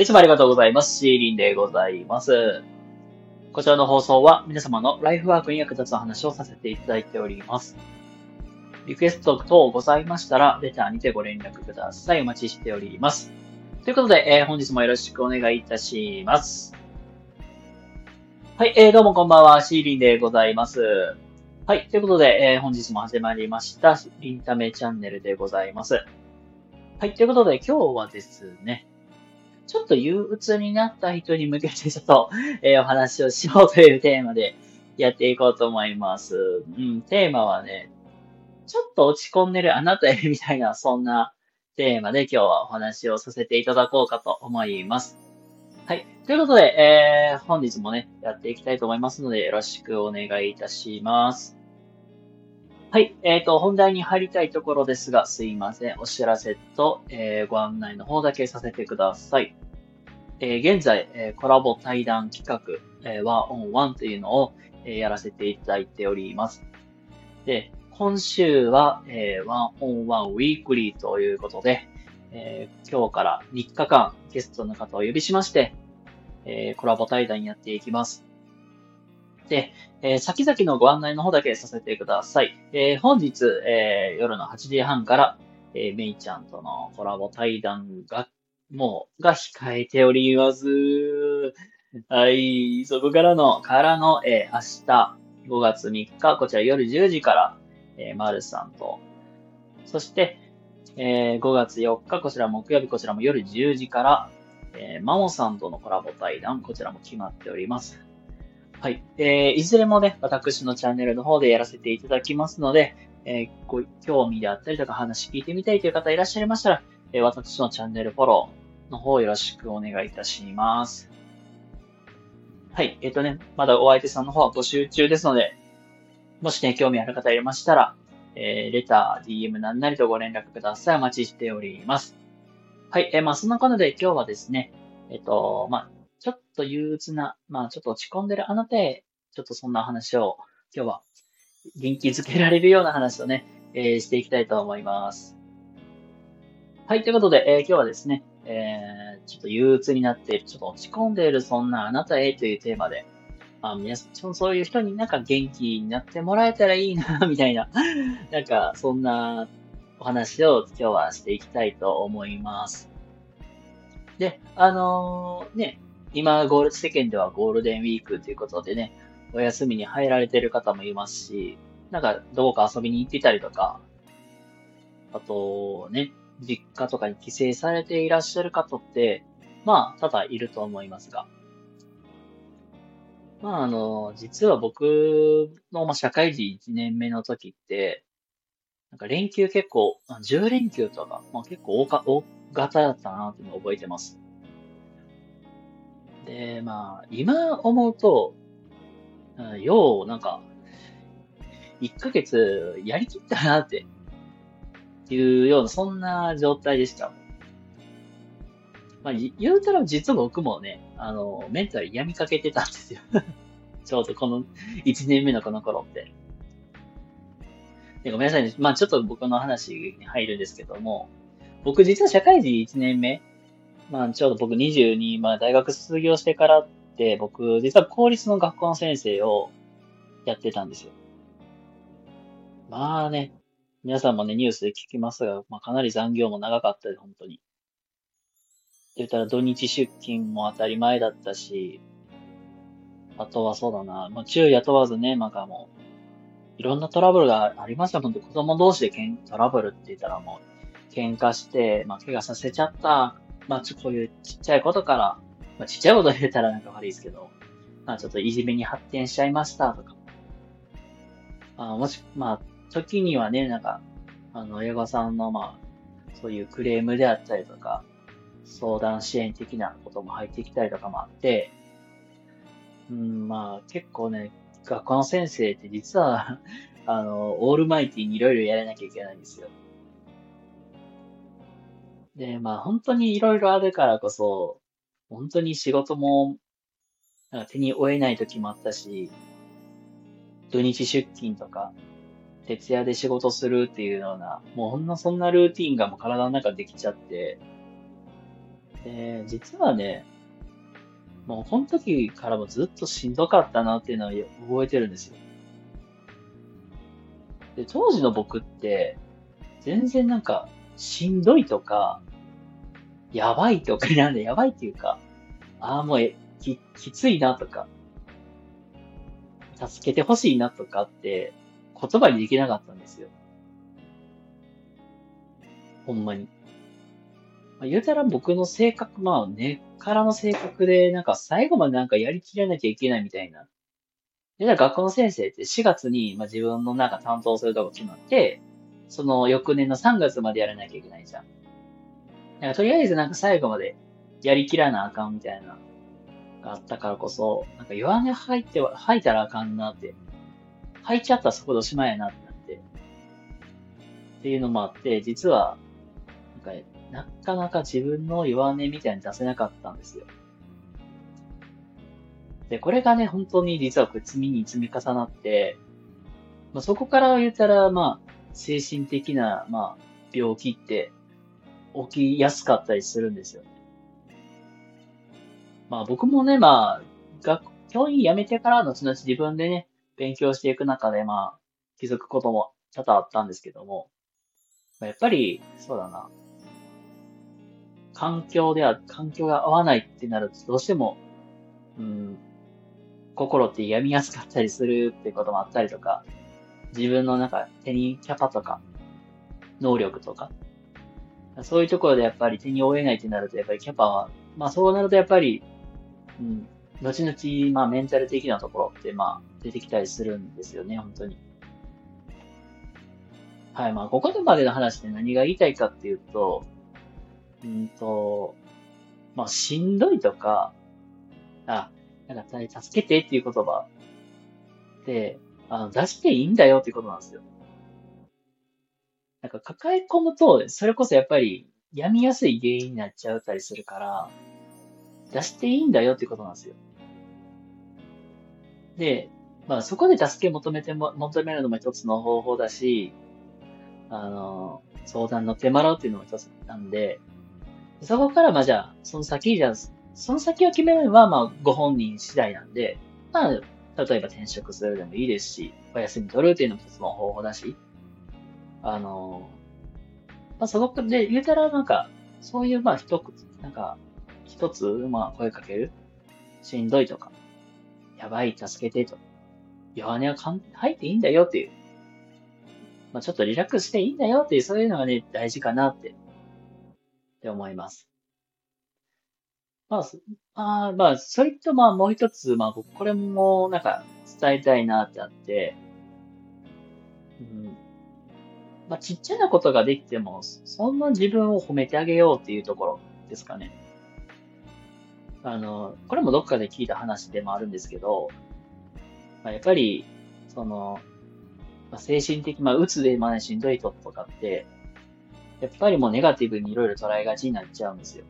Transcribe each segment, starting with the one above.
いつもありがとうございます。シーリンでございます。こちらの放送は皆様のライフワークに役立つお話をさせていただいております。リクエスト等ございましたら、レターにてご連絡ください。お待ちしております。ということで、本日もよろしくお願いいたします。はい、どうもこんばんは。シーリンでございます。はい、ということで、本日も始まりました、リンタメチャンネルでございます。はい、ということで、今日はですね、ちょっと憂鬱になった人に向けてちょっと、お話をしようというテーマでやっていこうと思います。テーマはね、ちょっと落ち込んでるあなたへみたいな、そんなテーマで今日はお話をさせていただこうかと思います。はい。ということで、本日もね、やっていきたいと思いますので、よろしくお願いいたします。はい。本題に入りたいところですが、すいません。お知らせと、ご案内の方だけさせてください。現在、コラボ対談企画、ワンオンワンというのを、やらせていただいております。で、今週は、ワンオンワンウィークリーということで、今日から3日間ゲストの方をお呼びしまして、コラボ対談やっていきます。で、先々のご案内の方だけさせてください。本日、夜の8時半から、めいちゃんとのコラボ対談が、が控えております。はい、そこからの、明日、5月3日、こちら夜10時から、まるさんと、そして、5月4日、こちら木曜日、こちらも夜10時から、マモさんとのコラボ対談、こちらも決まっております。はい。いずれもね、私のチャンネルの方でやらせていただきますので、ご興味であったりとか話聞いてみたいという方いらっしゃいましたら、私のチャンネルフォローの方よろしくお願いいたします。はい。まだお相手さんの方は募集中ですので、もしね、興味ある方いましたら、レター、DM なんなりとご連絡ください。お待ちしております。はい。そんなことで今日はですね、ちょっと憂鬱な、ちょっと落ち込んでるあなたへ、ちょっとそんな話を、今日は元気づけられるような話をね、していきたいと思います。はい。ということで、今日はですね、ちょっと憂鬱になっている、ちょっと落ち込んでいるそんなあなたへというテーマで、皆さん、そういう人になんか元気になってもらえたらいいな、みたいな、なんか、そんなお話を今日はしていきたいと思います。で、今、世間ではゴールデンウィークということでね、お休みに入られてる方もいますし、なんか、どこか遊びに行ってたりとか、あとね、実家とかに帰省されていらっしゃる方って、多々いると思いますが、実は僕の、社会人1年目の時って、なんか連休結構、10連休とか、結構大型だったなっていうのを覚えてます。で、今思うと、なんか、1ヶ月やりきったなっていうような、そんな状態でした。言うたら実は僕もね、メンタル病みかけてたんですよ。ちょうどこの1年目のこの頃って。で、ごめんなさいね。ちょっと僕の話に入るんですけども、僕実は社会人1年目、ちょうど僕22、大学卒業してからって、僕実は公立の学校の先生をやってたんですよ。まあね、皆さんもね、ニュースで聞きますが、かなり残業も長かったです、本当に。言ったら土日出勤も当たり前だったし、あとはそうだな、昼夜問わずね、いろんなトラブルがありました。本当子供同士でトラブルって言ったらもう、喧嘩して、怪我させちゃった。こういうちっちゃいことから、ちっちゃいこと言ったらなんか悪いですけど、ちょっといじめに発展しちゃいましたとか。時にはね、なんか、親御さんの、そういうクレームであったりとか、相談支援的なことも入ってきたりとかもあって、結構ね、学校の先生って実はオールマイティにいろいろやらなきゃいけないんですよ。で、本当にいろいろあるからこそ、本当に仕事もなんか手に負えない時もあったし、土日出勤とか、徹夜で仕事するっていうような、もうほんのそんなルーティンがもう体の中でできちゃって、 で、実はね、もうこの時からもずっとしんどかったなっていうのは覚えてるんですよ。で、当時の僕って、全然なんか、しんどいとか、やばいとか、なんでやばいっていうか、もうきついなとか、助けてほしいなとかって、言葉にできなかったんですよ。ほんまに。言うたら僕の性格、根っからの性格で、なんか最後までなんかやりきらなきゃいけないみたいな。で、学校の先生って4月に、自分のなんか担当するとこ決まって、その翌年の3月までやらなきゃいけないじゃん。なんかとりあえずなんか最後までやりきらなあかんみたいながあったからこそ、なんか弱音吐いたらあかんなって。吐いちゃったらそこでおしまいやなってなって。っていうのもあって、実は、なんか、なかなか自分の弱音みたいに出せなかったんですよ。で、これがね、本当に実はこれ積みに積み重なって、そこから言ったら、精神的な、病気って起きやすかったりするんですよね。僕もね、教員辞めてから後々自分でね、勉強していく中で、気づくことも多々あったんですけども、やっぱり、そうだな、環境が合わないってなると、どうしても、うん、心って病みやすかったりするってこともあったりとか、自分のなんか手にキャパとか、能力とか、そういうところでやっぱり手に負えないってなると、やっぱりキャパは、そうなるとやっぱり、うん、後々、メンタル的なところって、出てきたりするんですよね、本当に。はい、ここまでの話で何が言いたいかっていうと、うんと、しんどいとか、なんか、助けてっていう言葉って、出していいんだよっていうことなんですよ。なんか抱え込むと、それこそやっぱり病みやすい原因になっちゃったりするから、出していいんだよっていうことなんですよ。で、そこで助け求めるのも一つの方法だし、相談乗ってもらうっていうのも一つなんで、そこからその先を決めるのはご本人次第なんで、例えば転職するでもいいですし、お休み取るっていうのも一つの方法だし、あの、そこで言うたらなんか、そういう一つ、声かける。しんどいとか、やばい、助けてと。弱音は入っていいんだよっていう。ちょっとリラックスしていいんだよっていう、そういうのがね、大事かなって思います。まあ、そそれともう一つ、僕これもなんか伝えたいなってあって、うん、ちっちゃなことができても、そんな自分を褒めてあげようっていうところですかね。これもどっかで聞いた話でもあるんですけど、やっぱり、その、精神的、うつでしんどい人とかって、やっぱりもうネガティブにいろいろ捉えがちになっちゃうんですよ。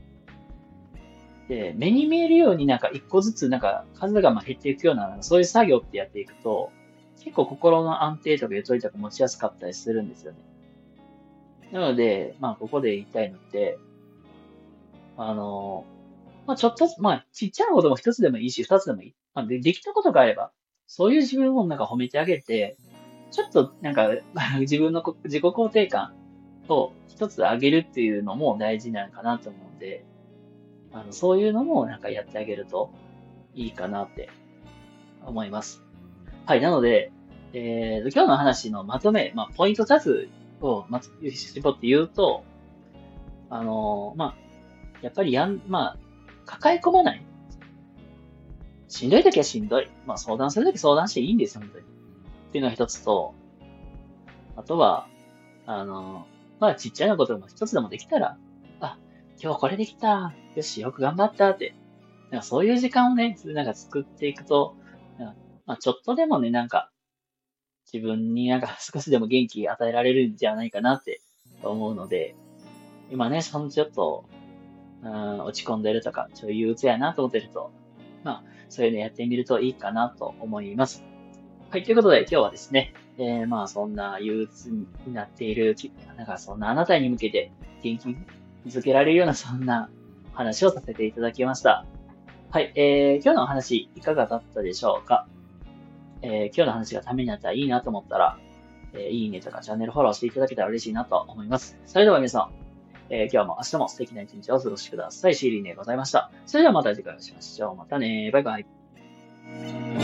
で、目に見えるようになんか一個ずつなんか数が減っていくような、そういう作業ってやっていくと、結構心の安定とかゆとりとか持ちやすかったりするんですよね。なので、ここで言いたいのって、あの、ちょっとちっちゃなことも一つでもいいし、二つでもいい。できたことがあれば、そういう自分をなんか褒めてあげて、ちょっとなんか自分の自己肯定感を一つ上げるっていうのも大事なのかなと思うんで、そういうのもなんかやってあげるといいかなって思います。はい、なので、今日の話のまとめ、ポイント2つを絞って言うと、あのーまあ、やっぱり抱え込まない。しんどい時はしんどい。相談する時相談していいんですよ、本当に。っていうのが一つと、あとは、ちっちゃなことでも一つでもできたら、今日これできた。よし、よく頑張ったって。なんかそういう時間をね、なんか作っていくと、ちょっとでもね、なんか、自分になんか少しでも元気与えられるんじゃないかなって思うので、今ね、ちょっと、落ち込んでるとか、ちょい憂鬱やなと思ってると、そういうのやってみるといいかなと思います。はい、ということで今日はですね、そんな憂鬱になっている、なんかそんなあなたに向けて元気づけられるようなそんな話をさせていただきました。はい、今日のお話いかがだったでしょうか？今日の話がためになったらいいなと思ったら、いいねとかチャンネルフォローしていただけたら嬉しいなと思います。それでは皆さん、今日も明日も素敵な一日をお過ごしください。シーリンでございました。それではまた次回お会いしましょう。またね。バイバイ。